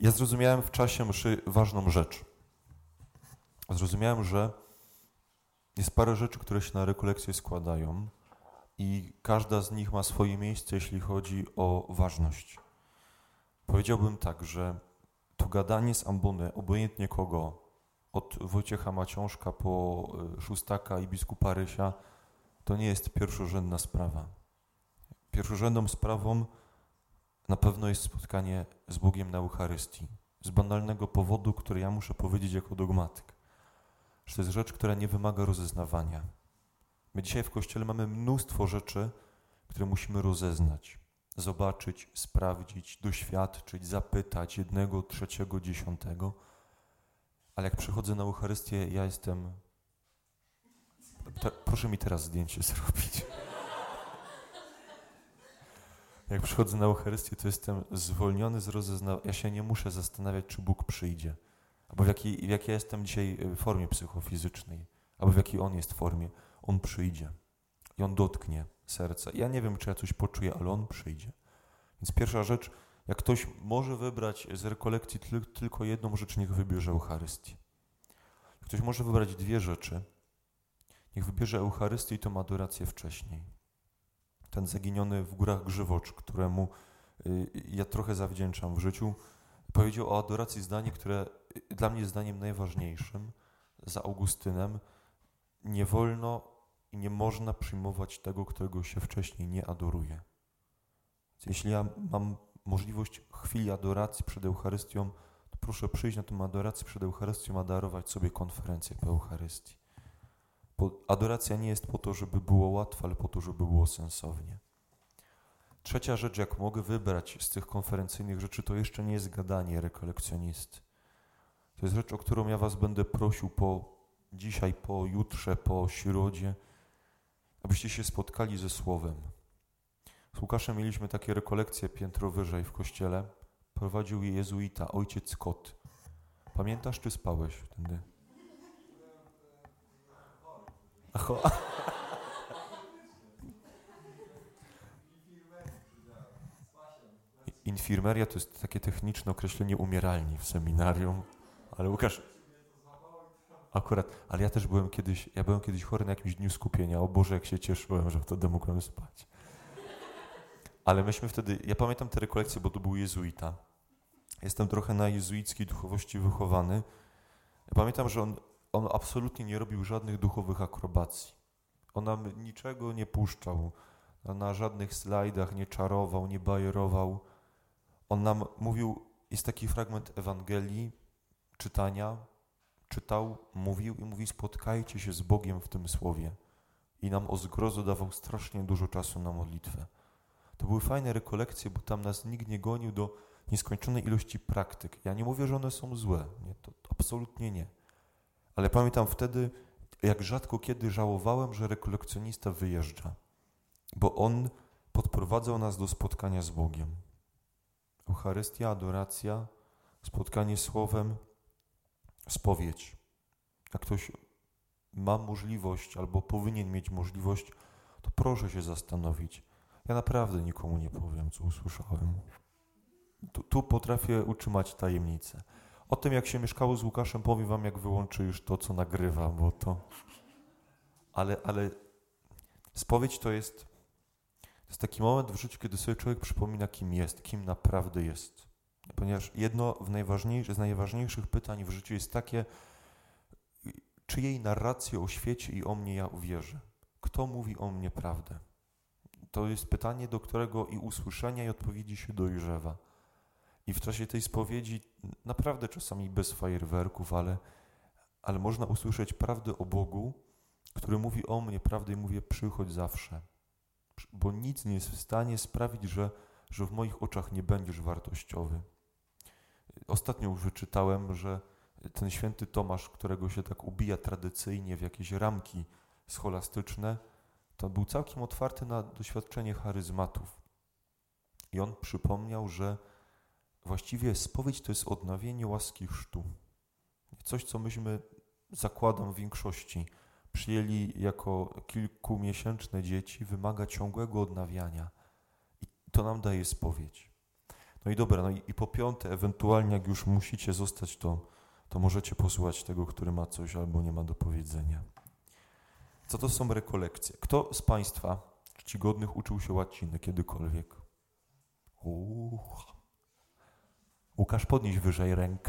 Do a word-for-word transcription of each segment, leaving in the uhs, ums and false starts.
Ja zrozumiałem w czasie mszy ważną rzecz. Zrozumiałem, że jest parę rzeczy, które się na rekolekcje składają i każda z nich ma swoje miejsce, jeśli chodzi o ważność. Powiedziałbym tak, że to gadanie z ambony, obojętnie kogo, od Wojciecha Maciążka po Szóstaka i biskupa Rysia, to nie jest pierwszorzędna sprawa. Pierwszorzędną sprawą na pewno jest spotkanie z Bogiem na Eucharystii. Z banalnego powodu, który ja muszę powiedzieć jako dogmatyk. Że to jest rzecz, która nie wymaga rozeznawania. My dzisiaj w Kościele mamy mnóstwo rzeczy, które musimy rozeznać, zobaczyć, sprawdzić, doświadczyć, zapytać jednego, trzeciego, dziesiątego. Ale jak przychodzę na Eucharystię, ja jestem... Te, proszę mi teraz zdjęcie zrobić. Jak przychodzę na Eucharystię, to jestem zwolniony z rozeznawania. Ja się nie muszę zastanawiać, czy Bóg przyjdzie. Albo w jakiej, w jakiej ja jestem dzisiaj formie psychofizycznej. Albo w jakiej On jest formie. On przyjdzie. I On dotknie serca. Ja nie wiem, czy ja coś poczuję, ale On przyjdzie. Więc pierwsza rzecz, jak ktoś może wybrać z rekolekcji tylko jedną rzecz, niech wybierze Eucharystię. Jak ktoś może wybrać dwie rzeczy, niech wybierze Eucharystię i tą adorację wcześniej. Ten zaginiony w górach Grzywocz, któremu y, ja trochę zawdzięczam w życiu, powiedział o adoracji zdanie, które y, dla mnie jest zdaniem najważniejszym, za Augustynem. Nie wolno i nie można przyjmować tego, którego się wcześniej nie adoruje. Więc jeśli ja mam możliwość chwili adoracji przed Eucharystią, to proszę przyjść na tę adorację przed Eucharystią, a darować sobie konferencję po Eucharystii. Bo adoracja nie jest po to, żeby było łatwo, ale po to, żeby było sensownie. Trzecia rzecz, jak mogę wybrać z tych konferencyjnych rzeczy, to jeszcze nie jest gadanie rekolekcjonisty. To jest rzecz, o którą ja was będę prosił po dzisiaj, po jutrze, po środzie, abyście się spotkali ze Słowem. Z Łukaszem mieliśmy takie rekolekcje piętro wyżej w kościele. Prowadził je jezuita, ojciec Kot. Pamiętasz, czy spałeś wtedy? Acho. Infirmeria to jest takie techniczne określenie umieralni w seminarium, ale Łukasz... Akurat, ale ja też byłem kiedyś, ja byłem kiedyś chory na jakimś dniu skupienia. O Boże, jak się cieszyłem, że wtedy mogłem spać. Ale myśmy wtedy, ja pamiętam te rekolekcje, bo to był jezuita. Jestem trochę na jezuickiej duchowości wychowany. Ja pamiętam, że on, on absolutnie nie robił żadnych duchowych akrobacji. On nam niczego nie puszczał. Na żadnych slajdach nie czarował, nie bajerował. On nam mówił, jest taki fragment Ewangelii, czytania, czytał, mówił i mówi: spotkajcie się z Bogiem w tym słowie. I nam o zgrozo dawał strasznie dużo czasu na modlitwę. To były fajne rekolekcje, bo tam nas nikt nie gonił do nieskończonej ilości praktyk. Ja nie mówię, że one są złe. Nie, to absolutnie nie. Ale pamiętam wtedy, jak rzadko kiedy żałowałem, że rekolekcjonista wyjeżdża. Bo on podprowadzał nas do spotkania z Bogiem. Eucharystia, adoracja, spotkanie Słowem, spowiedź. Jak ktoś ma możliwość albo powinien mieć możliwość, to proszę się zastanowić. Ja naprawdę nikomu nie powiem, co usłyszałem. Tu, tu potrafię utrzymać tajemnicę. O tym, jak się mieszkało z Łukaszem, powiem wam, jak wyłączy już to, co nagrywa, bo to... Ale, ale spowiedź to jest, to jest taki moment w życiu, kiedy sobie człowiek przypomina, kim jest, kim naprawdę jest. Ponieważ jedno w najważniejszych, z najważniejszych pytań w życiu jest takie, czyjej narracji o świecie i o mnie ja uwierzę? Kto mówi o mnie prawdę? To jest pytanie, do którego i usłyszenia, i odpowiedzi się dojrzewa. I w czasie tej spowiedzi, naprawdę czasami bez fajerwerków, ale, ale można usłyszeć prawdę o Bogu, który mówi o mnie prawdę i mówi: przychodź zawsze. Bo nic nie jest w stanie sprawić, że, że w moich oczach nie będziesz wartościowy. Ostatnio już wyczytałem, że ten święty Tomasz, którego się tak ubija tradycyjnie w jakieś ramki scholastyczne, to był całkiem otwarty na doświadczenie charyzmatów. I on przypomniał, że właściwie spowiedź to jest odnowienie łaski chrztu. Coś, co myśmy, zakładam, w większości przyjęli jako kilkumiesięczne dzieci, wymaga ciągłego odnawiania. I to nam daje spowiedź. No i dobra, no i, i po piąte, ewentualnie jak już musicie zostać, to, to możecie posłuchać tego, który ma coś albo nie ma do powiedzenia. Co to są rekolekcje? Kto z Państwa czcigodnych uczył się łaciny kiedykolwiek? Uch. Łukasz, podnieś wyżej rękę.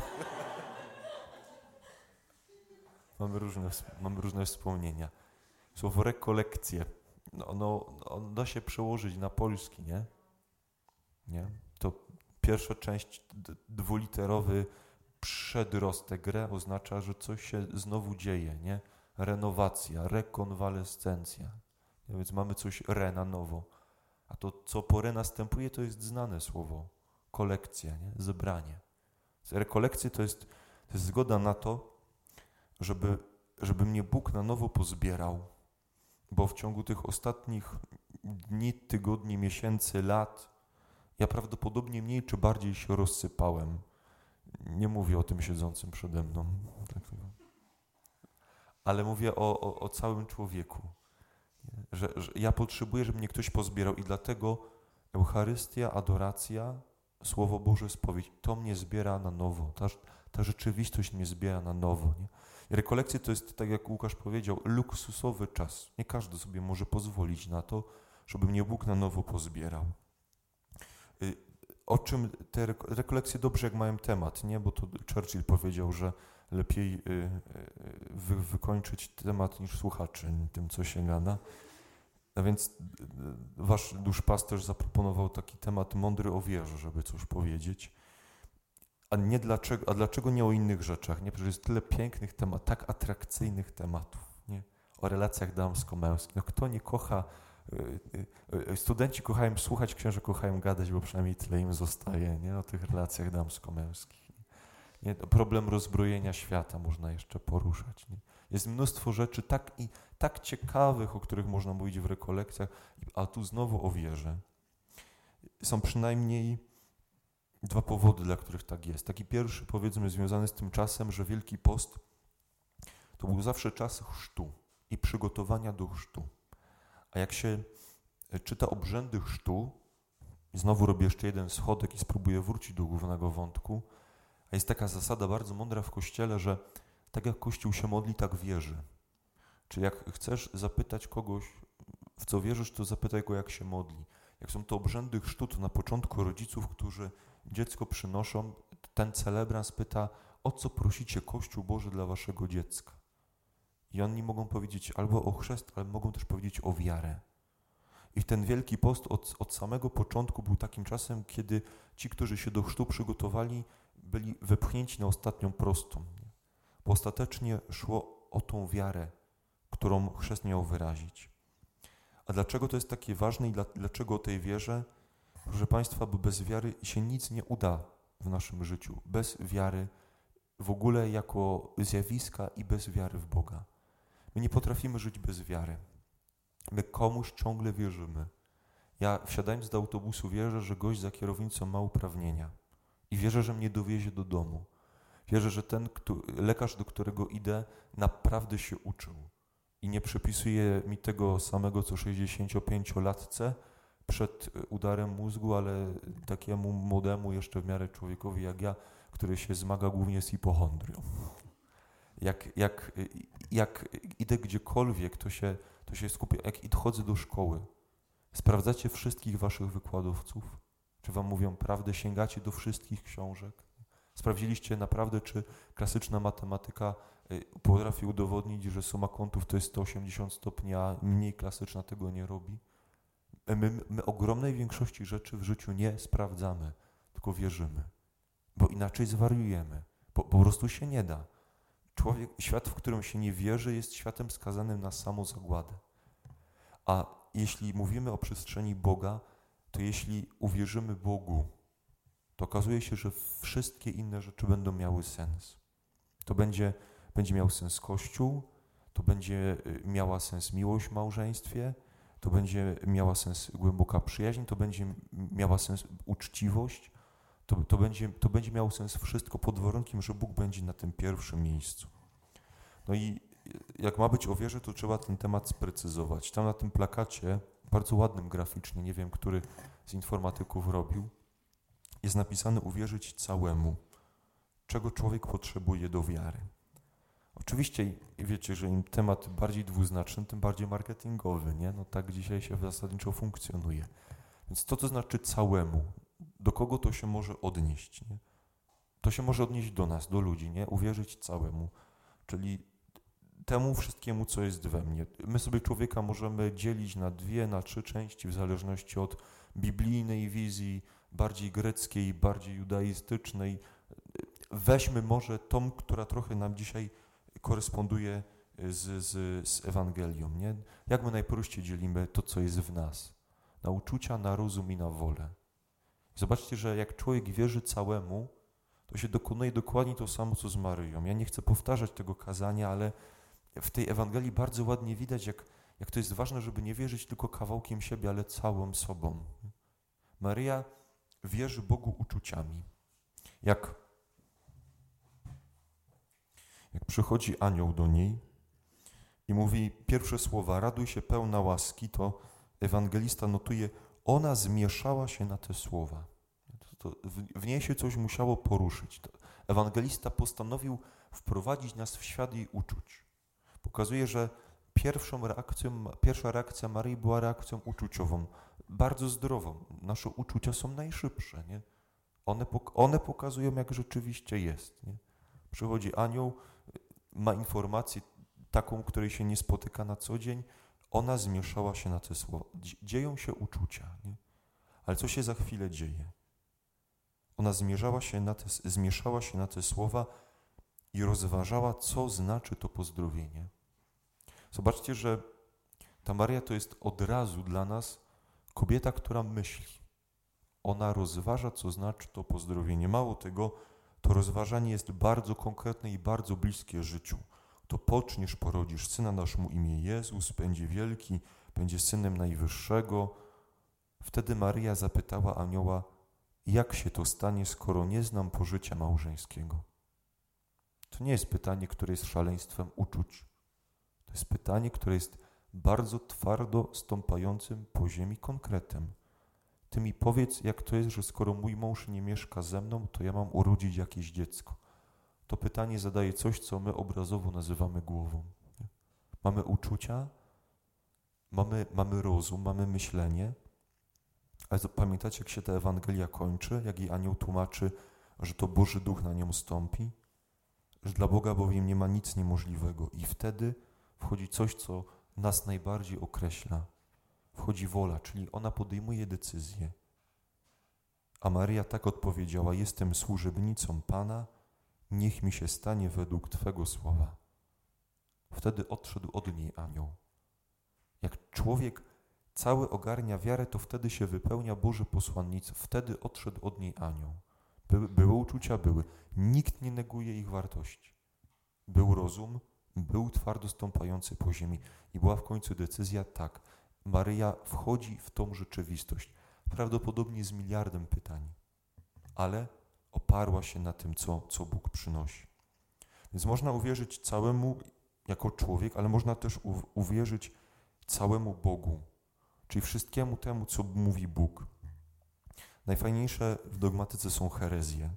mamy, różne, mamy różne wspomnienia. Słowo rekolekcje, no, no, no, da się przełożyć na polski, nie? Nie? To pierwsza część, dwuliterowy przedrostek re oznacza, że coś się znowu dzieje, nie? Renowacja, rekonwalescencja. No więc mamy coś re na nowo. A to, co po re następuje, to jest znane słowo. Kolekcja, nie? Zebranie. Rekolekcje to jest, to jest zgoda na to, żeby, żeby mnie Bóg na nowo pozbierał, bo w ciągu tych ostatnich dni, tygodni, miesięcy, lat ja prawdopodobnie mniej czy bardziej się rozsypałem. Nie mówię o tym siedzącym przede mną. Ale mówię o, o, o całym człowieku. Że, że ja potrzebuję, żeby mnie ktoś pozbierał i dlatego Eucharystia, adoracja, Słowo Boże, spowiedź, to mnie zbiera na nowo. Ta, ta rzeczywistość mnie zbiera na nowo. Nie? I rekolekcje to jest, tak jak Łukasz powiedział, luksusowy czas. Nie każdy sobie może pozwolić na to, żeby mnie Bóg na nowo pozbierał. O czym te rekolekcje dobrze, jak mają temat, nie? Bo to Churchill powiedział, że lepiej wy, wykończyć temat niż słuchaczy tym, co się gada. A więc wasz duszpasterz zaproponował taki temat mądry o wierze, żeby coś powiedzieć. A, nie dlaczego, a dlaczego nie o innych rzeczach? Nie? Przecież jest tyle pięknych tematów, tak atrakcyjnych tematów. Nie? O relacjach damsko-męskich. No kto nie kocha, studenci kochają słuchać, księża kochają gadać, bo przynajmniej tyle im zostaje, nie? O tych relacjach damsko-męskich. Nie? Problem rozbrojenia świata można jeszcze poruszać. Nie? Jest mnóstwo rzeczy tak, i, tak ciekawych, o których można mówić w rekolekcjach, a tu znowu o wierze. Są przynajmniej dwa powody, dla których tak jest. Taki pierwszy, powiedzmy, związany z tym czasem, że Wielki Post to był zawsze czas chrztu i przygotowania do chrztu. A jak się czyta obrzędy chrztu, i znowu robię jeszcze jeden schodek i spróbuję wrócić do głównego wątku, a jest taka zasada bardzo mądra w Kościele, że tak jak Kościół się modli, tak wierzy. Czyli jak chcesz zapytać kogoś, w co wierzysz, to zapytaj go, jak się modli. Jak są to obrzędy chrztu, to na początku rodziców, którzy dziecko przynoszą, ten celebrant pyta, o co prosicie Kościół Boży dla waszego dziecka. I oni mogą powiedzieć albo o chrzest, ale mogą też powiedzieć o wiarę. I ten Wielki Post od, od samego początku był takim czasem, kiedy ci, którzy się do chrztu przygotowali, byli wepchnięci na ostatnią prostą. Bo ostatecznie szło o tą wiarę, którą chrzest miał wyrazić. A dlaczego to jest takie ważne i dla, dlaczego o tej wierze? Proszę Państwa, bo bez wiary się nic nie uda w naszym życiu. Bez wiary w ogóle jako zjawiska i bez wiary w Boga. My nie potrafimy żyć bez wiary. My komuś ciągle wierzymy. Ja wsiadając do autobusu wierzę, że gość za kierownicą ma uprawnienia. I wierzę, że mnie dowiezie do domu. Wierzę, że ten kto, lekarz, do którego idę, naprawdę się uczył. I nie przypisuje mi tego samego, co sześćdziesięciopięciolatce przed udarem mózgu, ale takiemu młodemu jeszcze w miarę człowiekowi jak ja, który się zmaga głównie z hipochondrią. Jak, jak, jak idę gdziekolwiek, to się, to się skupię. Jak chodzę do szkoły, sprawdzacie wszystkich waszych wykładowców? Czy wam mówią prawdę? Sięgacie do wszystkich książek? Sprawdziliście naprawdę, czy klasyczna matematyka potrafi udowodnić, że suma kątów to jest sto osiemdziesiąt stopni, a mniej klasyczna tego nie robi? My, my ogromnej większości rzeczy w życiu nie sprawdzamy, tylko wierzymy, bo inaczej zwariujemy, po, po prostu się nie da. Człowiek, świat, w którym się nie wierzy, jest światem skazanym na samozagładę. A jeśli mówimy o przestrzeni Boga, to jeśli uwierzymy Bogu, to okazuje się, że wszystkie inne rzeczy będą miały sens. To będzie, będzie miał sens Kościół, to będzie miała sens miłość w małżeństwie, to będzie miała sens głęboka przyjaźń, to będzie miała sens uczciwość, to, to, będzie, to będzie miało sens wszystko pod warunkiem, że Bóg będzie na tym pierwszym miejscu. No i jak ma być o wierze, to trzeba ten temat sprecyzować. Tam na tym plakacie, bardzo ładnym graficznie, nie wiem, który z informatyków robił, jest napisane uwierzyć całemu, czego człowiek potrzebuje do wiary. Oczywiście, wiecie, że im temat bardziej dwuznaczny, tym bardziej marketingowy, nie? No tak dzisiaj się zasadniczo funkcjonuje. Więc co to znaczy całemu? Do kogo to się może odnieść, nie? To się może odnieść do nas, do ludzi, nie? Uwierzyć całemu, czyli temu wszystkiemu, co jest we mnie. My sobie człowieka możemy dzielić na dwie, na trzy części w zależności od biblijnej wizji, bardziej greckiej, bardziej judaistycznej. Weźmy może tą, która trochę nam dzisiaj koresponduje z, z, z Ewangelią, nie? Jak my najprościej dzielimy to, co jest w nas? Na uczucia, na rozum i na wolę. Zobaczcie, że jak człowiek wierzy całemu, to się dokonuje dokładnie to samo, co z Maryją. Ja nie chcę powtarzać tego kazania, ale w tej Ewangelii bardzo ładnie widać, jak, jak to jest ważne, żeby nie wierzyć tylko kawałkiem siebie, ale całą sobą. Maryja wierzy Bogu uczuciami. Jak, jak przychodzi anioł do niej i mówi pierwsze słowa, raduj się pełna łaski, to ewangelista notuje, ona zmieszała się na te słowa. To, to w, w niej się coś musiało poruszyć. To ewangelista postanowił wprowadzić nas w świat jej uczuć. Pokazuje, że pierwszą reakcją, pierwsza reakcja Maryi była reakcją uczuciową, bardzo zdrową. Nasze uczucia są najszybsze, nie? One, one pokazują, jak rzeczywiście jest, nie? Przychodzi anioł, ma informację taką, której się nie spotyka na co dzień, ona zmieszała się na te słowa. Dzieją się uczucia, nie? Ale co się za chwilę dzieje? Ona zmierzała się na te, zmieszała się na te słowa i rozważała, co znaczy to pozdrowienie. Zobaczcie, że ta Maria to jest od razu dla nas kobieta, która myśli. Ona rozważa, co znaczy to pozdrowienie. Mało tego, to rozważanie jest bardzo konkretne i bardzo bliskie życiu. To poczniesz, porodzisz syna, dasz mu imię Jezus, będzie wielki, będzie synem Najwyższego. Wtedy Maryja zapytała anioła, jak się to stanie, skoro nie znam pożycia małżeńskiego? To nie jest pytanie, które jest szaleństwem uczuć. To jest pytanie, które jest bardzo twardo stąpającym po ziemi konkretem. Ty mi powiedz, jak to jest, że skoro mój mąż nie mieszka ze mną, to ja mam urodzić jakieś dziecko. To pytanie zadaje coś, co my obrazowo nazywamy głową. Nie? Mamy uczucia, mamy, mamy rozum, mamy myślenie, ale pamiętacie, jak się ta Ewangelia kończy, jak jej anioł tłumaczy, że to Boży Duch na nią stąpi, że dla Boga bowiem nie ma nic niemożliwego i wtedy wchodzi coś, co nas najbardziej określa. Wchodzi wola, czyli ona podejmuje decyzję. A Maryja tak odpowiedziała, jestem służebnicą Pana, niech mi się stanie według Twego słowa. Wtedy odszedł od niej anioł. Jak człowiek cały ogarnia wiarę, to wtedy się wypełnia Boże posłannictwo. Wtedy odszedł od niej anioł. Były, były uczucia, były. Nikt nie neguje ich wartości. Był rozum, był twardo stąpający po ziemi i była w końcu decyzja, tak, Maryja wchodzi w tą rzeczywistość, prawdopodobnie z miliardem pytań, ale oparła się na tym, co, co Bóg przynosi. Więc można uwierzyć całemu jako człowiek, ale można też u, uwierzyć całemu Bogu, czyli wszystkiemu temu, co mówi Bóg. Najfajniejsze w dogmatyce są herezje.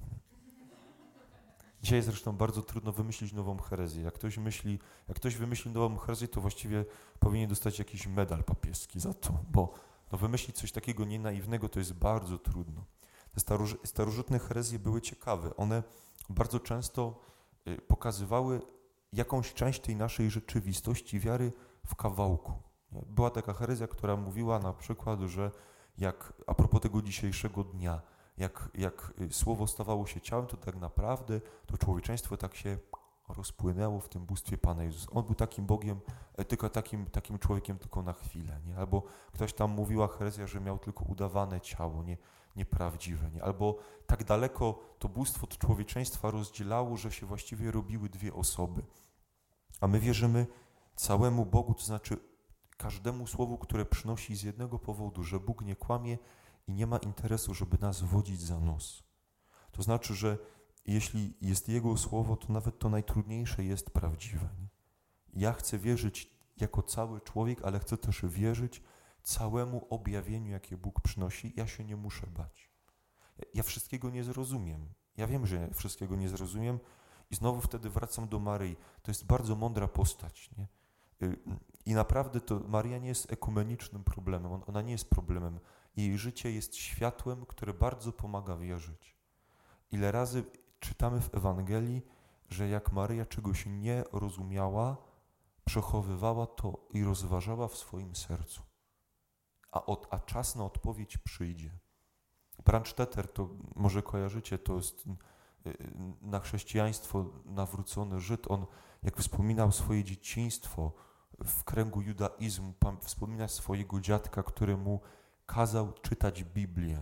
Dzisiaj zresztą bardzo trudno wymyślić nową herezję. Jak ktoś myśli, jak ktoś wymyśli nową herezję, to właściwie powinien dostać jakiś medal papieski za to, bo no wymyślić coś takiego nienaiwnego to jest bardzo trudno. Te staroży, starożytne herezje były ciekawe. One bardzo często pokazywały jakąś część tej naszej rzeczywistości, wiary w kawałku. Była taka herezja, która mówiła na przykład, że jak a propos tego dzisiejszego dnia, jak, jak słowo stawało się ciałem, to tak naprawdę to człowieczeństwo tak się rozpłynęło w tym bóstwie Pana Jezusa. On był takim Bogiem, tylko takim, takim człowiekiem tylko na chwilę. Nie? Albo ktoś tam mówiła herezja, że miał tylko udawane ciało, nie, nieprawdziwe. Nie? Albo tak daleko to bóstwo od człowieczeństwa rozdzielało, że się właściwie robiły dwie osoby. A my wierzymy całemu Bogu, to znaczy każdemu słowu, które przynosi z jednego powodu, że Bóg nie kłamie i nie ma interesu, żeby nas wodzić za nos. To znaczy, że jeśli jest Jego słowo, to nawet to najtrudniejsze jest prawdziwe. Nie? Ja chcę wierzyć jako cały człowiek, ale chcę też wierzyć całemu objawieniu, jakie Bóg przynosi. Ja się nie muszę bać. Ja wszystkiego nie zrozumiem. Ja wiem, że wszystkiego nie zrozumiem i znowu wtedy wracam do Maryi. To jest bardzo mądra postać, nie? I naprawdę to Maria nie jest ekumenicznym problemem, ona nie jest problemem. Jej życie jest światłem, które bardzo pomaga wierzyć. Ile razy czytamy w Ewangelii, że jak Maryja czegoś nie rozumiała, przechowywała to i rozważała w swoim sercu. A, od, a czas na odpowiedź przyjdzie. Brandstätter, to może kojarzycie, to jest na chrześcijaństwo nawrócony Żyd. On, jak wspominał swoje dzieciństwo w kręgu judaizmu, wspomina swojego dziadka, który mu kazał czytać Biblię.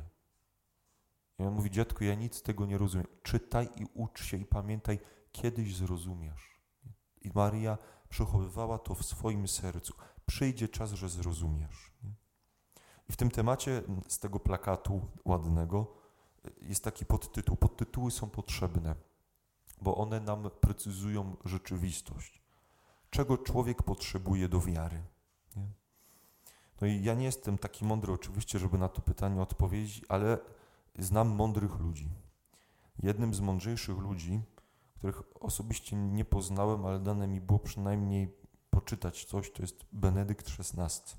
I on mówi: dziadku, ja nic z tego nie rozumiem. Czytaj i ucz się i pamiętaj, kiedyś zrozumiesz. I Maria przechowywała to w swoim sercu. Przyjdzie czas, że zrozumiesz. I w tym temacie z tego plakatu ładnego jest taki podtytuł. Podtytuły są potrzebne, bo one nam precyzują rzeczywistość. Czego człowiek potrzebuje do wiary? Nie? No i ja nie jestem taki mądry oczywiście, żeby na to pytanie odpowiedzieć, ale znam mądrych ludzi. Jednym z mądrzejszych ludzi, których osobiście nie poznałem, ale dane mi było przynajmniej poczytać coś, to jest Benedykt szesnasty.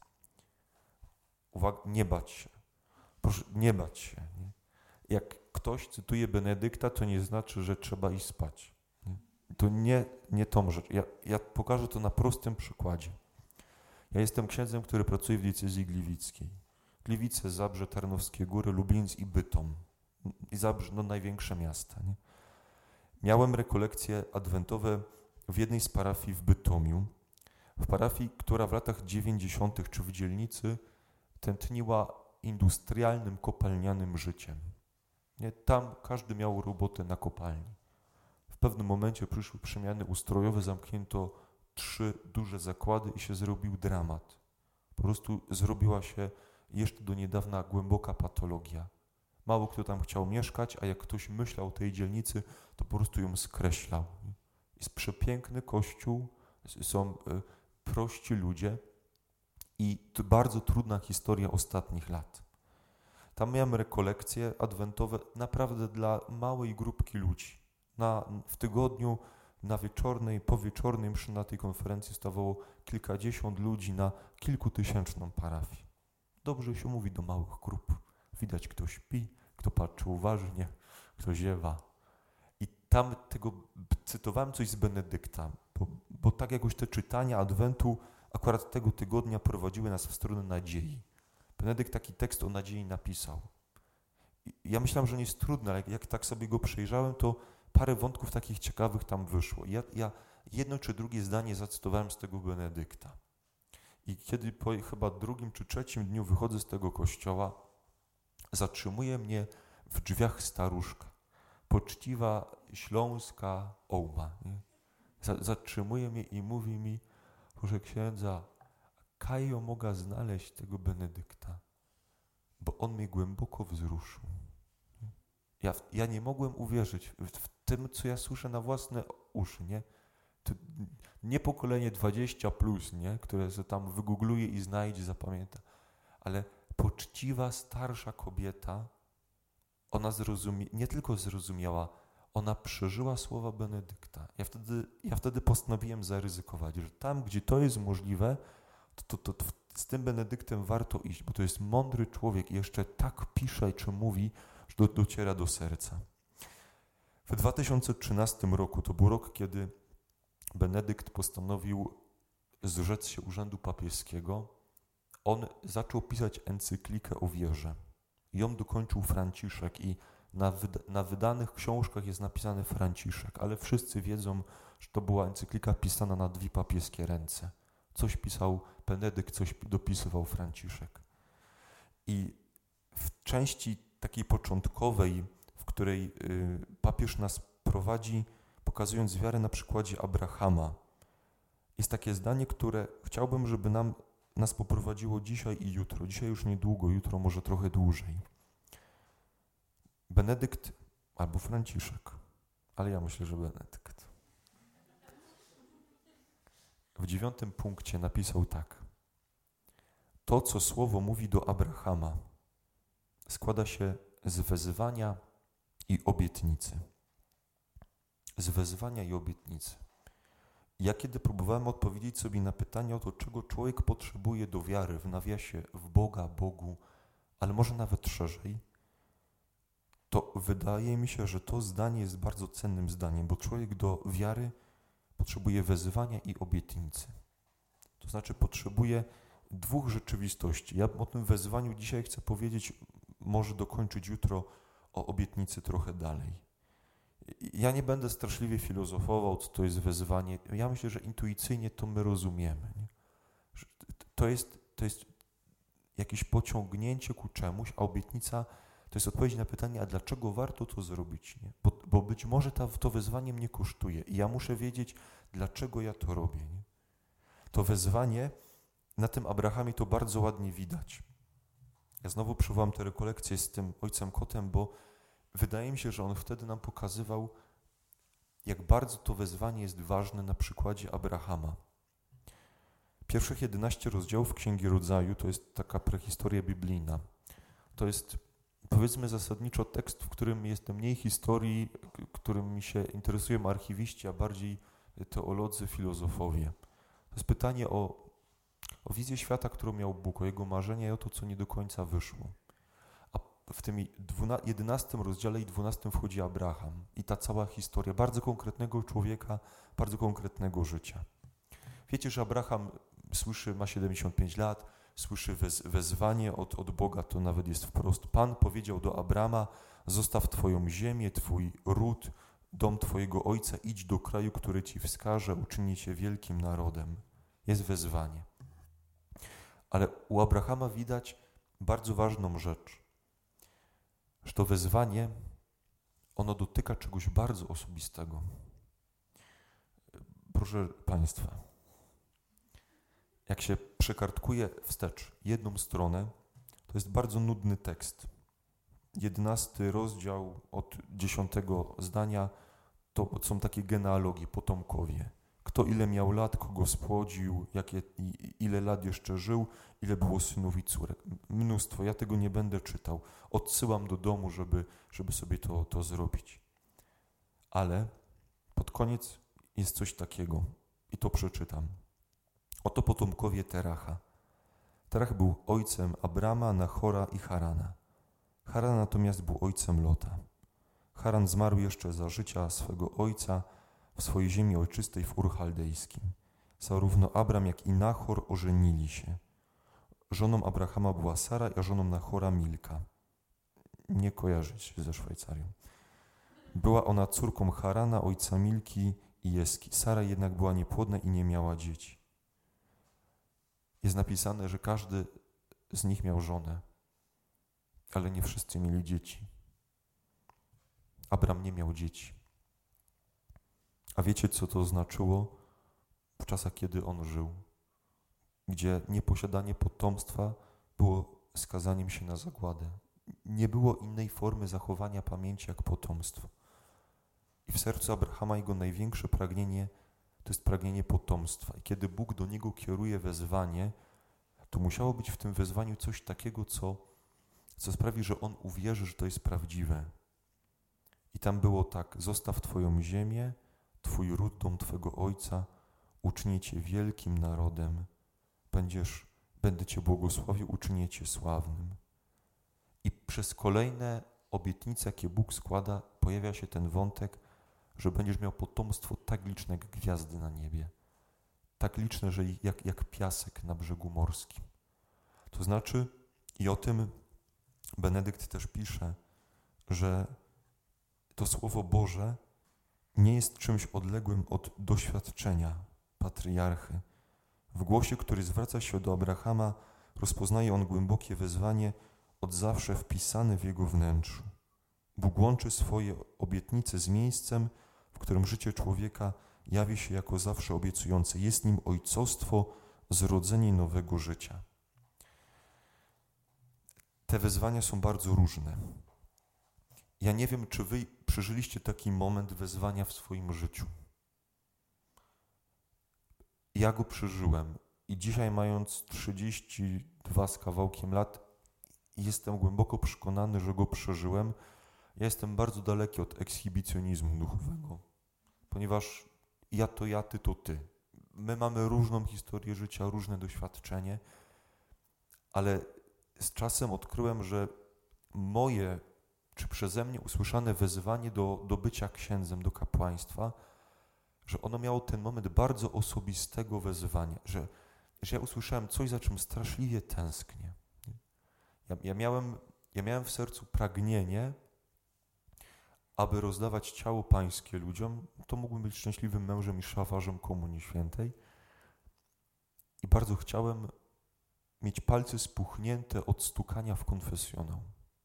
Uwaga, nie bać się. Proszę, nie bać się. Nie? Jak ktoś cytuje Benedykta, to nie znaczy, że trzeba iść spać. Nie? To nie, nie tą rzecz. Ja, ja pokażę to na prostym przykładzie. Ja jestem księdzem, który pracuje w diecezji gliwickiej. Gliwice, Zabrze, Tarnowskie Góry, Lubliniec i Bytom. I Zabrze, no największe miasta. Nie? Miałem rekolekcje adwentowe w jednej z parafii w Bytomiu. W parafii, która w latach dziewięćdziesiątych czy w dzielnicy tętniła industrialnym, kopalnianym życiem. Nie? Tam każdy miał robotę na kopalni. W pewnym momencie przyszły przemiany ustrojowe, zamknięto trzy duże zakłady i się zrobił dramat. Po prostu zrobiła się jeszcze do niedawna głęboka patologia. Mało kto tam chciał mieszkać, a jak ktoś myślał o tej dzielnicy, to po prostu ją skreślał. Jest przepiękny kościół, są prości ludzie i to bardzo trudna historia ostatnich lat. Tam miałem rekolekcje adwentowe naprawdę dla małej grupki ludzi. Na, w tygodniu na wieczornej, powieczornej mszy na tej konferencji stawało kilkadziesiąt ludzi na kilkutysięczną parafię. Dobrze się mówi do małych grup. Widać, kto śpi, kto patrzy uważnie, kto ziewa. I tam tego cytowałem coś z Benedykta, bo, bo tak jakoś te czytania Adwentu akurat tego tygodnia prowadziły nas w stronę nadziei. Benedykt taki tekst o nadziei napisał. I ja myślałem, że nie jest trudny, ale jak, jak tak sobie go przejrzałem, to parę wątków takich ciekawych tam wyszło. Ja, ja jedno czy drugie zdanie zacytowałem z tego Benedykta. I kiedy po chyba drugim czy trzecim dniu wychodzę z tego kościoła, zatrzymuje mnie w drzwiach staruszka, poczciwa śląska ołma. Nie? Zatrzymuje mnie i mówi mi: proszę księdza, kajo mogę znaleźć tego Benedykta, bo on mnie głęboko wzruszył. Ja, ja nie mogłem uwierzyć w, w tym, co ja słyszę na własne uszy, nie? To nie pokolenie dwadzieścia plus, nie? Które się tam wygoogluje i znajdzie, zapamięta, ale poczciwa, starsza kobieta, ona zrozumie, nie tylko zrozumiała, ona przeżyła słowa Benedykta. Ja wtedy, ja wtedy postanowiłem zaryzykować, że tam, gdzie to jest możliwe, to, to, to, to z tym Benedyktem warto iść, bo to jest mądry człowiek i jeszcze tak pisze czy mówi, że do, dociera do serca. W dwa tysiące trzynastym roku, to był rok, kiedy Benedykt postanowił zrzec się urzędu papieskiego, on zaczął pisać encyklikę o wierze. Ją dokończył Franciszek i na, wyda- na wydanych książkach jest napisany Franciszek, ale wszyscy wiedzą, że to była encyklika pisana na dwie papieskie ręce. Coś pisał Benedykt, coś dopisywał Franciszek. I w części takiej początkowej, w której y, papież nas prowadzi, pokazując wiarę na przykładzie Abrahama, jest takie zdanie, które chciałbym, żeby nam, nas poprowadziło dzisiaj i jutro. Dzisiaj już niedługo, jutro może trochę dłużej. Benedykt albo Franciszek, ale ja myślę, że Benedykt. W dziewiątym punkcie napisał tak. To, co słowo mówi do Abrahama, składa się z wezwania i obietnicy. Z wezwania i obietnicy. Ja kiedy próbowałem odpowiedzieć sobie na pytanie o to, czego człowiek potrzebuje do wiary, w nawiasie w Boga, Bogu, ale może nawet szerzej, to wydaje mi się, że to zdanie jest bardzo cennym zdaniem, bo człowiek do wiary potrzebuje wezwania i obietnicy. To znaczy potrzebuje dwóch rzeczywistości. Ja o tym wezwaniu dzisiaj chcę powiedzieć, może dokończyć jutro o obietnicy trochę dalej. Ja nie będę straszliwie filozofował, co to jest wezwanie. Ja myślę, że intuicyjnie to my rozumiemy. Nie? Że to jest, to jest jakieś pociągnięcie ku czemuś, a obietnica to jest odpowiedź na pytanie, a dlaczego warto to zrobić? Nie? Bo, bo być może ta, to wezwanie mnie kosztuje i ja muszę wiedzieć, dlaczego ja to robię. Nie? To wezwanie na tym Abrahamie to bardzo ładnie widać. Ja znowu przywołam tę rekolekcję z tym ojcem kotem, bo wydaje mi się, że on wtedy nam pokazywał, jak bardzo to wezwanie jest ważne na przykładzie Abrahama. Pierwszych jedenaście rozdziałów Księgi Rodzaju to jest taka prehistoria biblijna. To jest, powiedzmy zasadniczo, tekst, w którym jest mniej historii, którymi się interesują archiwiści, a bardziej teolodzy, filozofowie. To jest pytanie o, o wizję świata, którą miał Bóg, o jego marzenia i o to, co nie do końca wyszło. A w tym jedenastym rozdziale i dwunastym wchodzi Abraham i ta cała historia bardzo konkretnego człowieka, bardzo konkretnego życia. Wiecie, że Abraham słyszy, ma siedemdziesiąt pięć lat, słyszy wez, wezwanie od, od Boga, to nawet jest wprost. Pan powiedział do Abrama, zostaw twoją ziemię, twój ród, dom twojego ojca, idź do kraju, który ci wskaże, uczyni cię wielkim narodem. Jest wezwanie. Ale u Abrahama widać bardzo ważną rzecz, że to wezwanie, ono dotyka czegoś bardzo osobistego. Proszę Państwa, jak się przekartkuje wstecz jedną stronę, to jest bardzo nudny tekst. Jedenasty rozdział od dziesiątego zdania to są takie genealogie, potomkowie. Kto ile miał lat, kogo spłodził, jakie, ile lat jeszcze żył, ile było synów i córek. Mnóstwo, ja tego nie będę czytał. Odsyłam do domu, żeby, żeby sobie to, to zrobić. Ale pod koniec jest coś takiego i to przeczytam. Oto potomkowie Teracha. Terach był ojcem Abrama, Nachora i Harana. Haran natomiast był ojcem Lota. Haran zmarł jeszcze za życia swego ojca w swojej ziemi ojczystej w Ur Chaldejskim. Zarówno Abram, jak i Nachor ożenili się. Żoną Abrahama była Sara, a żoną Nachora Milka. Nie kojarzyć ze Szwajcarią. Była ona córką Harana, ojca Milki i Jeski. Sara jednak była niepłodna i nie miała dzieci. Jest napisane, że każdy z nich miał żonę, ale nie wszyscy mieli dzieci. Abram nie miał dzieci. A wiecie, co to znaczyło w czasach, kiedy on żył? Gdzie nieposiadanie potomstwa było skazaniem się na zagładę. Nie było innej formy zachowania pamięci jak potomstwo. I w sercu Abrahama jego największe pragnienie to jest pragnienie potomstwa. I kiedy Bóg do niego kieruje wezwanie, to musiało być w tym wezwaniu coś takiego, co, co sprawi, że on uwierzy, że to jest prawdziwe. I tam było tak, zostaw twoją ziemię, twój ród, dom twego ojca, uczynię cię wielkim narodem, będziesz, będę cię błogosławił, uczynię cię sławnym. I przez kolejne obietnice, jakie Bóg składa, pojawia się ten wątek, że będziesz miał potomstwo tak liczne jak gwiazdy na niebie. Tak liczne, że jak, jak piasek na brzegu morskim. To znaczy, i o tym Benedykt też pisze, że to Słowo Boże nie jest czymś odległym od doświadczenia patriarchy. W głosie, który zwraca się do Abrahama, rozpoznaje on głębokie wezwanie, od zawsze wpisane w jego wnętrzu. Bóg łączy swoje obietnice z miejscem, w którym życie człowieka jawi się jako zawsze obiecujące. Jest nim ojcostwo, zrodzenie nowego życia. Te wezwania są bardzo różne. Ja nie wiem, czy wy przeżyliście taki moment wezwania w swoim życiu. Ja go przeżyłem i dzisiaj, mając trzydzieści dwa z kawałkiem lat, i jestem głęboko przekonany, że go przeżyłem. Ja jestem bardzo daleki od ekshibicjonizmu duchowego, ponieważ ja to ja, ty to ty. My mamy różną historię życia, różne doświadczenie, ale z czasem odkryłem, że moje, czy przeze mnie usłyszane wezwanie do, do bycia księdzem, do kapłaństwa, że ono miało ten moment bardzo osobistego wezwania, że, że ja usłyszałem coś, za czym straszliwie tęsknię. Ja, ja, miałem, ja miałem w sercu pragnienie, aby rozdawać ciało pańskie ludziom. To mógłbym być szczęśliwym mężem i szafarzem Komunii Świętej. I bardzo chciałem mieć palce spuchnięte od stukania w konfesjonał.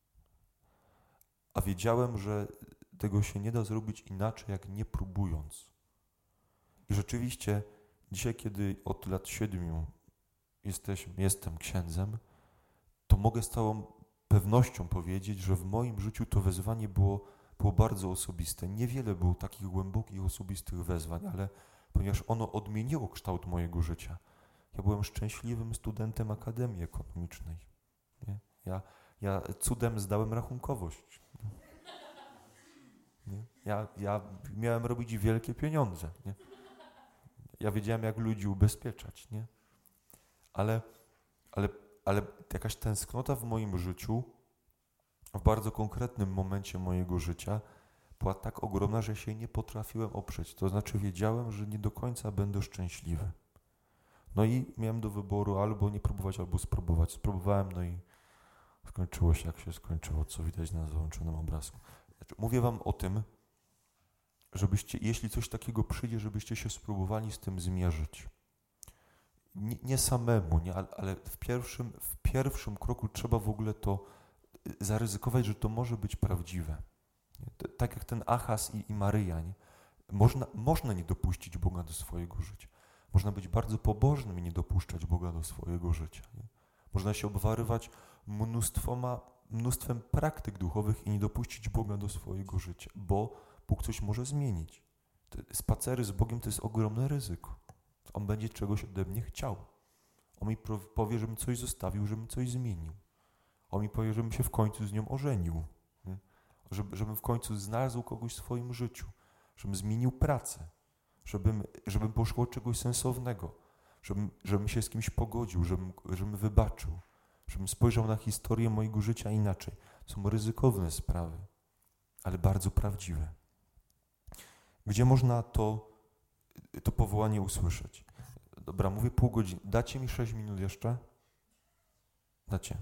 A wiedziałem, że tego się nie da zrobić inaczej, jak nie próbując. I rzeczywiście dzisiaj, kiedy od lat siedmiu jesteś, jestem księdzem, to mogę z całą pewnością powiedzieć, że w moim życiu to wezwanie było, było bardzo osobiste. Niewiele było takich głębokich, osobistych wezwań, ale ponieważ ono odmieniło kształt mojego życia. Ja byłem szczęśliwym studentem Akademii Ekonomicznej. Nie? Ja, ja cudem zdałem rachunkowość. Nie? Ja, ja miałem robić wielkie pieniądze. Nie? Ja wiedziałem, jak ludzi ubezpieczać. Nie? Ale, ale, ale jakaś tęsknota w moim życiu, w bardzo konkretnym momencie mojego życia, była tak ogromna, że się nie potrafiłem oprzeć. To znaczy wiedziałem, że nie do końca będę szczęśliwy. No i miałem do wyboru albo nie próbować, albo spróbować. Spróbowałem, no i skończyło się, jak się skończyło, co widać na załączonym obrazku. Znaczy, mówię wam o tym, żebyście, jeśli coś takiego przyjdzie, żebyście się spróbowali z tym zmierzyć. Nie, nie samemu, nie, ale w pierwszym, w pierwszym kroku trzeba w ogóle to zaryzykować, że to może być prawdziwe. Nie? Tak jak ten Achaz i, i Maryja. Nie? Można, można nie dopuścić Boga do swojego życia. Można być bardzo pobożnym i nie dopuszczać Boga do swojego życia. Nie? Można się obwarywać mnóstwoma, mnóstwem praktyk duchowych i nie dopuścić Boga do swojego życia, bo Bóg coś może zmienić. Te spacery z Bogiem to jest ogromne ryzyko. On będzie czegoś ode mnie chciał. On mi powie, żebym coś zostawił, żebym coś zmienił. On mi powie, żebym się w końcu z nią ożenił. Nie? Żeby, żebym w końcu znalazł kogoś w swoim życiu. Żebym zmienił pracę. Żebym, żebym poszło czegoś sensownego. Żebym, żebym się z kimś pogodził, żebym, żebym wybaczył. Żebym spojrzał na historię mojego życia inaczej. To są ryzykowne sprawy, ale bardzo prawdziwe. Gdzie można to, to powołanie usłyszeć? Dobra, mówię pół godziny. Dacie mi sześć minut jeszcze? Dacie.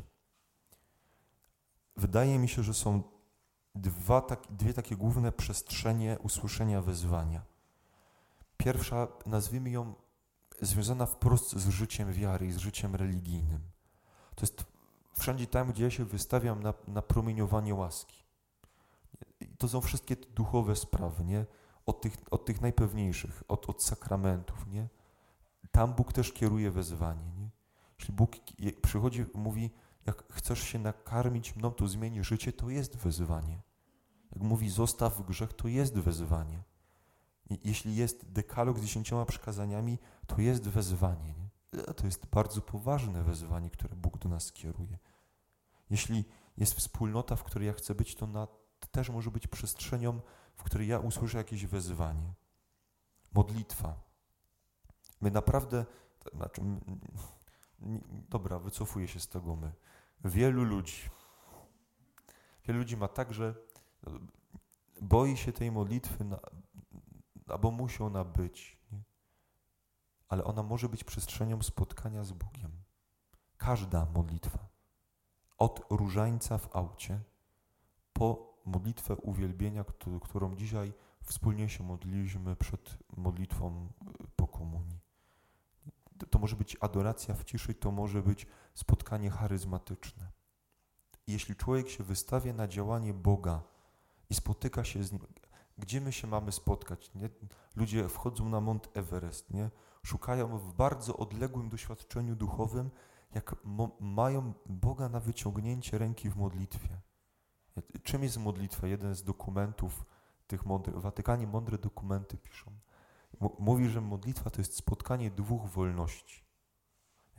Wydaje mi się, że są dwa, tak, dwie takie główne przestrzenie usłyszenia wezwania. Pierwsza, nazwijmy ją, związana wprost z życiem wiary i z życiem religijnym. To jest wszędzie tam, gdzie ja się wystawiam na, na promieniowanie łaski. I to są wszystkie te duchowe sprawy, nie? Od tych, od tych najpewniejszych, od, od sakramentów, nie? Tam Bóg też kieruje wezwanie, nie? Jeśli Bóg przychodzi, mówi, jak chcesz się nakarmić mną, to zmieni życie, to jest wezwanie. Jak mówi, zostaw grzech, to jest wezwanie. I jeśli jest dekalog z dziesięcioma przykazaniami, to jest wezwanie, nie? To jest bardzo poważne wezwanie, które Bóg do nas kieruje. Jeśli jest wspólnota, w której ja chcę być, to ona też może być przestrzenią, w której ja usłyszę jakieś wezwanie. Modlitwa. My naprawdę, to znaczy, dobra, wycofuję się z tego my. Wielu ludzi, wielu ludzi ma tak, że boi się tej modlitwy, na, albo musi ona być, nie? Ale ona może być przestrzenią spotkania z Bogiem. Każda modlitwa. Od różańca w aucie po modlitwę uwielbienia, którą dzisiaj wspólnie się modliliśmy przed modlitwą po komunii. To może być adoracja w ciszy, to może być spotkanie charyzmatyczne. Jeśli człowiek się wystawia na działanie Boga i spotyka się z Nim, gdzie my się mamy spotkać? Nie? Ludzie wchodzą na Mont Everest, nie? Szukają w bardzo odległym doświadczeniu duchowym, jak mo- mają Boga na wyciągnięcie ręki w modlitwie. Czym jest modlitwa? Jeden z dokumentów tych mądrych, w Watykanie mądre dokumenty piszą. M- mówi, że modlitwa to jest spotkanie dwóch wolności.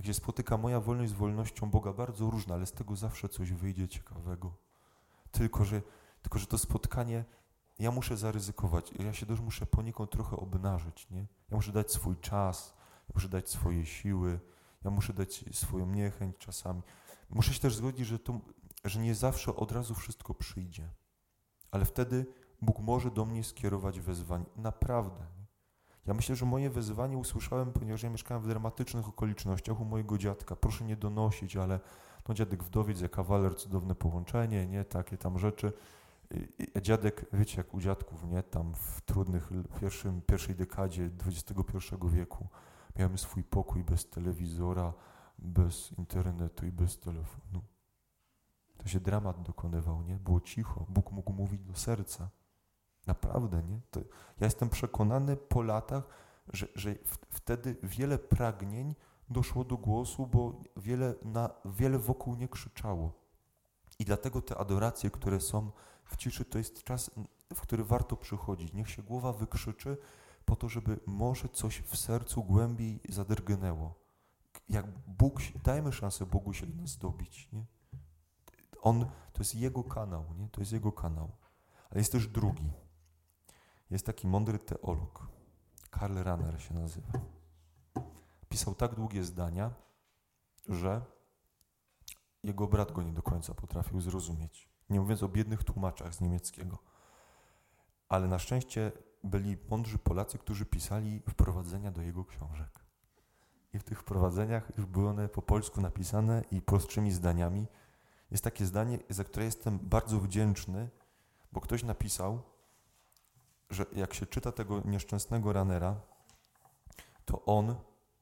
Jak się spotyka moja wolność z wolnością Boga, bardzo różna, ale z tego zawsze coś wyjdzie ciekawego. Tylko, że, tylko, że to spotkanie, ja muszę zaryzykować, ja się też muszę poniekąd trochę obnażyć, nie? Ja muszę dać swój czas, ja muszę dać swoje siły, ja muszę dać swoją niechęć czasami. Muszę się też zgodzić, że, to, że nie zawsze od razu wszystko przyjdzie, ale wtedy Bóg może do mnie skierować wezwanie. Naprawdę. Ja myślę, że moje wezwanie usłyszałem, ponieważ ja mieszkałem w dramatycznych okolicznościach u mojego dziadka. Proszę nie donosić, ale no dziadek wdowiec, jak kawaler, cudowne połączenie, nie, takie tam rzeczy. I dziadek, wiecie, jak u dziadków, nie, tam w trudnych, pierwszym, pierwszej dekadzie dwudziestego pierwszego wieku miałem swój pokój bez telewizora, bez internetu i bez telefonu. To się dramat dokonywał, nie? Było cicho. Bóg mógł mówić do serca. Naprawdę, nie? To ja jestem przekonany po latach, że, że w, wtedy wiele pragnień doszło do głosu, bo wiele, na, wiele wokół nie krzyczało. I dlatego te adoracje, które są w ciszy, to jest czas, w który warto przychodzić. Niech się głowa wykrzyczy po to, żeby może coś w sercu głębiej zadrgnęło. Jak Bóg, dajmy szansę Bogu się do nas dobić, nie? On, to jest Jego kanał, nie? To jest Jego kanał. Ale jest też drugi. Jest taki mądry teolog. Karl Rahner się nazywa. Pisał tak długie zdania, że jego brat go nie do końca potrafił zrozumieć. Nie mówiąc o biednych tłumaczach z niemieckiego. Ale na szczęście byli mądrzy Polacy, którzy pisali wprowadzenia do jego książek. I w tych wprowadzeniach już były one po polsku napisane i prostszymi zdaniami. Jest takie zdanie, za które jestem bardzo wdzięczny, bo ktoś napisał, że jak się czyta tego nieszczęsnego Rahnera, to on,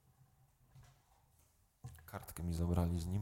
kartkę mi zabrali z nim,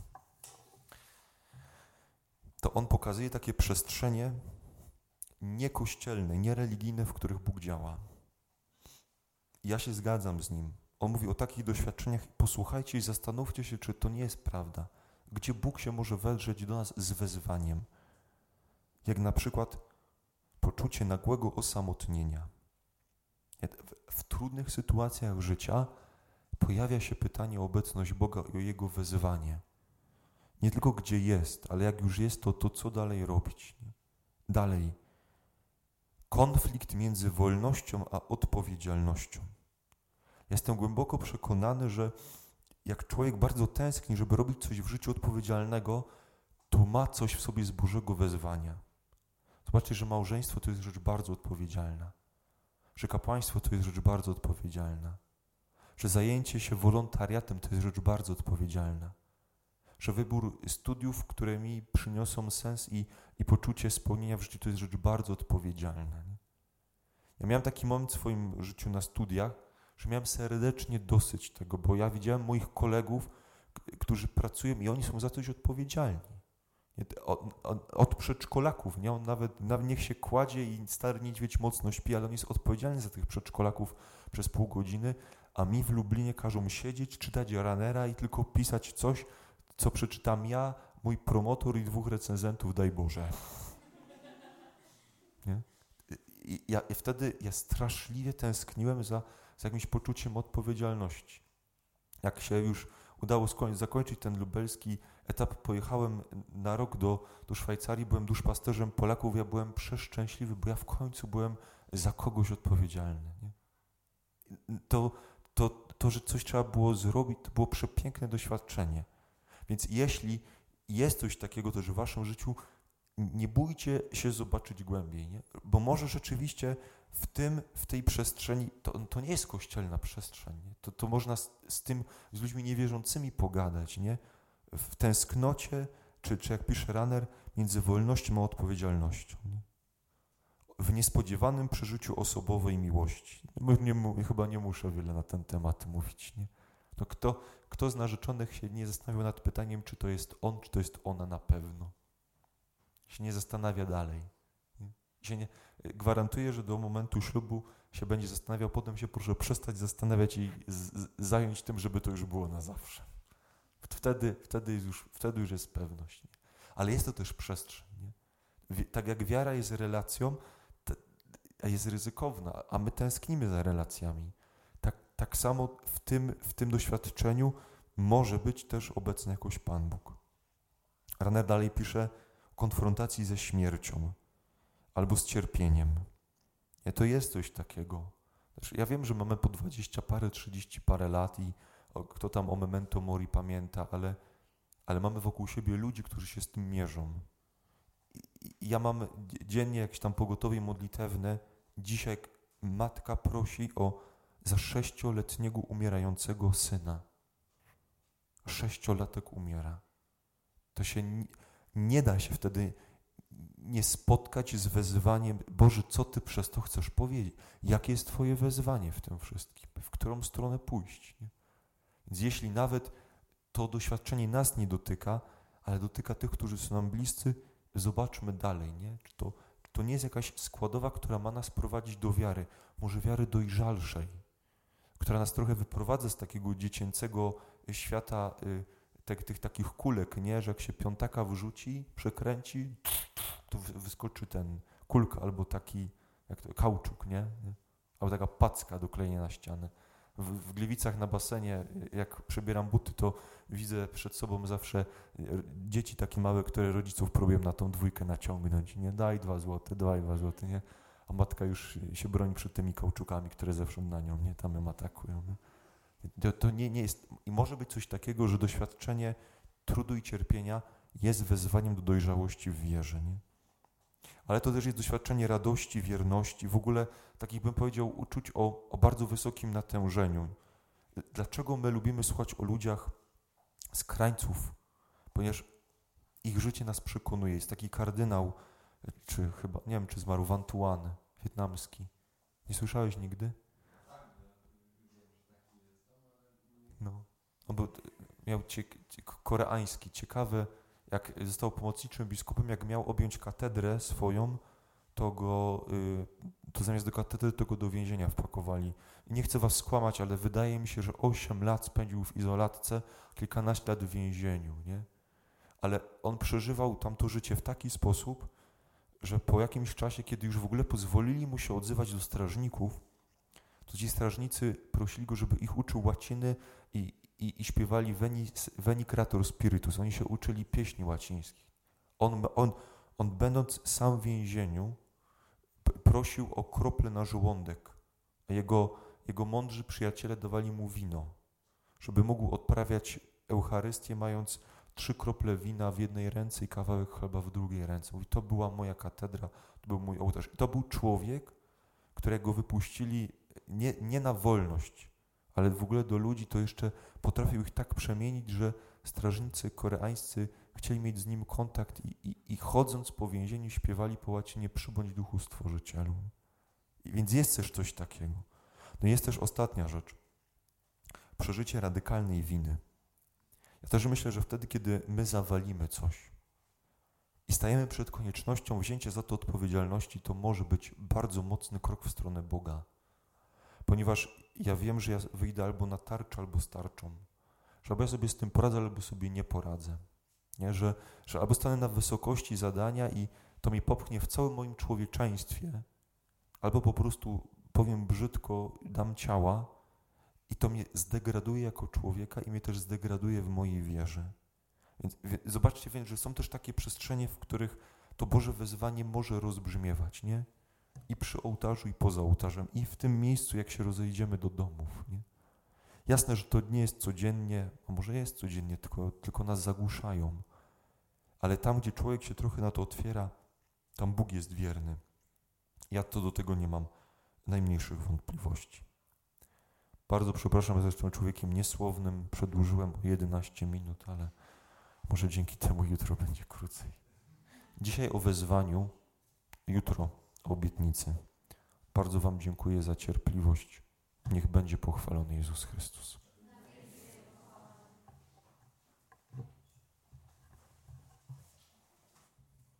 to on pokazuje takie przestrzenie niekościelne, niereligijne, w których Bóg działa. I ja się zgadzam z nim. On mówi o takich doświadczeniach. Posłuchajcie i zastanówcie się, czy to nie jest prawda. Gdzie Bóg się może wedrzeć do nas z wezwaniem. Jak na przykład poczucie nagłego osamotnienia. W, w trudnych sytuacjach życia pojawia się pytanie o obecność Boga i o Jego wezwanie. Nie tylko gdzie jest, ale jak już jest, to, to co dalej robić? Nie? Dalej. Konflikt między wolnością a odpowiedzialnością. Jestem głęboko przekonany, że jak człowiek bardzo tęskni, żeby robić coś w życiu odpowiedzialnego, to ma coś w sobie z Bożego wezwania. Zobaczcie, że małżeństwo to jest rzecz bardzo odpowiedzialna. Że kapłaństwo to jest rzecz bardzo odpowiedzialna. Że zajęcie się wolontariatem to jest rzecz bardzo odpowiedzialna. Że wybór studiów, które mi przyniosą sens i, i poczucie spełnienia w życiu, to jest rzecz bardzo odpowiedzialna. Nie? Ja miałem taki moment w swoim życiu na studiach, że miałem serdecznie dosyć tego, bo ja widziałem moich kolegów, k- którzy pracują i oni są za coś odpowiedzialni. Nie? Od, od, od przedszkolaków, nie? On nawet, nawet niech się kładzie i stary niedźwiedź mocno śpi, ale on jest odpowiedzialny za tych przedszkolaków przez pół godziny, a mi w Lublinie każą siedzieć, czytać Rahnera i tylko pisać coś, co przeczytam ja, mój promotor i dwóch recenzentów, daj Boże. Nie? I ja, i wtedy ja straszliwie tęskniłem za, za jakimś poczuciem odpowiedzialności. Jak się już udało skoń- zakończyć ten lubelski etap, pojechałem na rok do, do Szwajcarii, byłem duszpasterzem Polaków, ja byłem przeszczęśliwy, bo ja w końcu byłem za kogoś odpowiedzialny. Nie? To, to, to, że coś trzeba było zrobić, to było przepiękne doświadczenie. Więc jeśli jest coś takiego też w waszym życiu, nie bójcie się zobaczyć głębiej, nie? Bo może rzeczywiście w tym, w tej przestrzeni, to, to nie jest kościelna przestrzeń, nie? To, to można z, z tym, z ludźmi niewierzącymi pogadać, nie? W tęsknocie, czy, czy jak pisze Rahner, między wolnością a odpowiedzialnością. Nie? W niespodziewanym przeżyciu osobowej miłości. Nie, nie, chyba nie muszę wiele na ten temat mówić, nie? No kto, kto z narzeczonych się nie zastanawiał nad pytaniem, czy to jest on, czy to jest ona na pewno? Się nie zastanawia dalej. Nie? Się nie, gwarantuję, że do momentu ślubu się będzie zastanawiał, potem się proszę przestać zastanawiać i z, z, zająć tym, żeby to już było na zawsze. Wtedy, wtedy, już, wtedy już jest pewność. Nie? Ale jest to też przestrzeń. Nie? Tak jak wiara jest relacją, a jest ryzykowna, a my tęsknimy za relacjami. Tak, tak samo w tym, w tym doświadczeniu może być też obecny jakoś Pan Bóg. Rahner dalej pisze o konfrontacji ze śmiercią albo z cierpieniem. Ja, to jest coś takiego. Znaczy, ja wiem, że mamy po dwadzieścia parę, trzydzieści parę lat i o, kto tam o memento mori pamięta, ale, ale mamy wokół siebie ludzi, którzy się z tym mierzą. I, i ja mam dziennie jakieś tam pogotowie modlitewne. Dzisiaj matka prosi o za sześcioletniego umierającego syna. Sześciolatek umiera. To się nie, nie da się wtedy nie spotkać z wezwaniem, Boże, co Ty przez to chcesz powiedzieć? Jakie jest Twoje wezwanie w tym wszystkim? W którą stronę pójść? Nie? Więc jeśli nawet to doświadczenie nas nie dotyka, ale dotyka tych, którzy są nam bliscy, zobaczmy dalej, nie? Czy to, czy to nie jest jakaś składowa, która ma nas prowadzić do wiary, może wiary dojrzalszej, która nas trochę wyprowadza z takiego dziecięcego świata y, te, tych takich kulek, nie? Że jak się piątaka wrzuci, przekręci, to wyskoczy ten kulka albo taki jak to, kauczuk, nie? Albo taka packa do klejenia na ścianę. W, w Gliwicach na basenie, jak przebieram buty, to widzę przed sobą zawsze dzieci takie małe, które rodziców próbują na tą dwójkę naciągnąć. Nie, daj dwa złote, daj dwa złote, nie? A matka już się broni przed tymi kauczukami, które zewsząd na nią, nie? Tam ją atakują. Nie? To, to nie, nie jest, i może być coś takiego, że doświadczenie trudu i cierpienia jest wezwaniem do dojrzałości w wierze, nie? Ale to też jest doświadczenie radości, wierności, w ogóle takich, bym powiedział, uczuć o, o bardzo wysokim natężeniu. Dlaczego my lubimy słuchać o ludziach z krańców? Ponieważ ich życie nas przekonuje. Jest taki kardynał, czy chyba, nie wiem, czy zmarł, Van Tuan, wietnamski. Nie słyszałeś nigdy? No. On był, miał ciek, koreański, ciekawe, jak został pomocniczym biskupem, jak miał objąć katedrę swoją, to go, to zamiast do katedry, to go do więzienia wpakowali. I nie chcę was skłamać, ale wydaje mi się, że osiem lat spędził w izolatce, kilkanaście lat w więzieniu, nie? Ale on przeżywał tamto życie w taki sposób, że po jakimś czasie, kiedy już w ogóle pozwolili mu się odzywać do strażników, to ci strażnicy prosili go, żeby ich uczył łaciny i, i, i śpiewali veni, veni creator spiritus. Oni się uczyli pieśni łacińskich. On, on, on będąc sam w więzieniu, prosił o krople na żołądek, a jego, jego mądrzy przyjaciele dawali mu wino, żeby mógł odprawiać Eucharystię, mając trzy krople wina w jednej ręce i kawałek chleba w drugiej ręce. Mówi, to była moja katedra, to był mój ołtarz. I to był człowiek, którego wypuścili nie, nie na wolność, ale w ogóle do ludzi, to jeszcze potrafił ich tak przemienić, że strażnicy koreańscy chcieli mieć z nim kontakt i, i, i chodząc po więzieniu śpiewali po łacinie przybądź Duchu Stworzycielu. I więc jest też coś takiego. No jest też ostatnia rzecz. Przeżycie radykalnej winy. Ja też myślę, że wtedy, kiedy my zawalimy coś i stajemy przed koniecznością wzięcia za to odpowiedzialności, to może być bardzo mocny krok w stronę Boga. Ponieważ ja wiem, że ja wyjdę albo na tarczę, albo z tarczą. Że albo ja sobie z tym poradzę, albo sobie nie poradzę. Nie? Że, że albo stanę na wysokości zadania i to mnie popchnie w całym moim człowieczeństwie, albo po prostu powiem brzydko, dam ciała i to mnie zdegraduje jako człowieka i mnie też zdegraduje w mojej wierze. Więc zobaczcie więc, że są też takie przestrzenie, w których to Boże wezwanie może rozbrzmiewać, nie? I przy ołtarzu, i poza ołtarzem, i w tym miejscu, jak się rozejdziemy do domów, nie? Jasne, że to nie jest codziennie, a może jest codziennie, tylko, tylko nas zagłuszają. Ale tam, gdzie człowiek się trochę na to otwiera, tam Bóg jest wierny. Ja to do tego nie mam najmniejszych wątpliwości. Bardzo przepraszam, że jestem człowiekiem niesłownym, przedłużyłem o jedenaście minut, ale może dzięki temu jutro będzie krócej. Dzisiaj o wezwaniu, jutro o obietnicy. Bardzo wam dziękuję za cierpliwość. Niech będzie pochwalony Jezus Chrystus.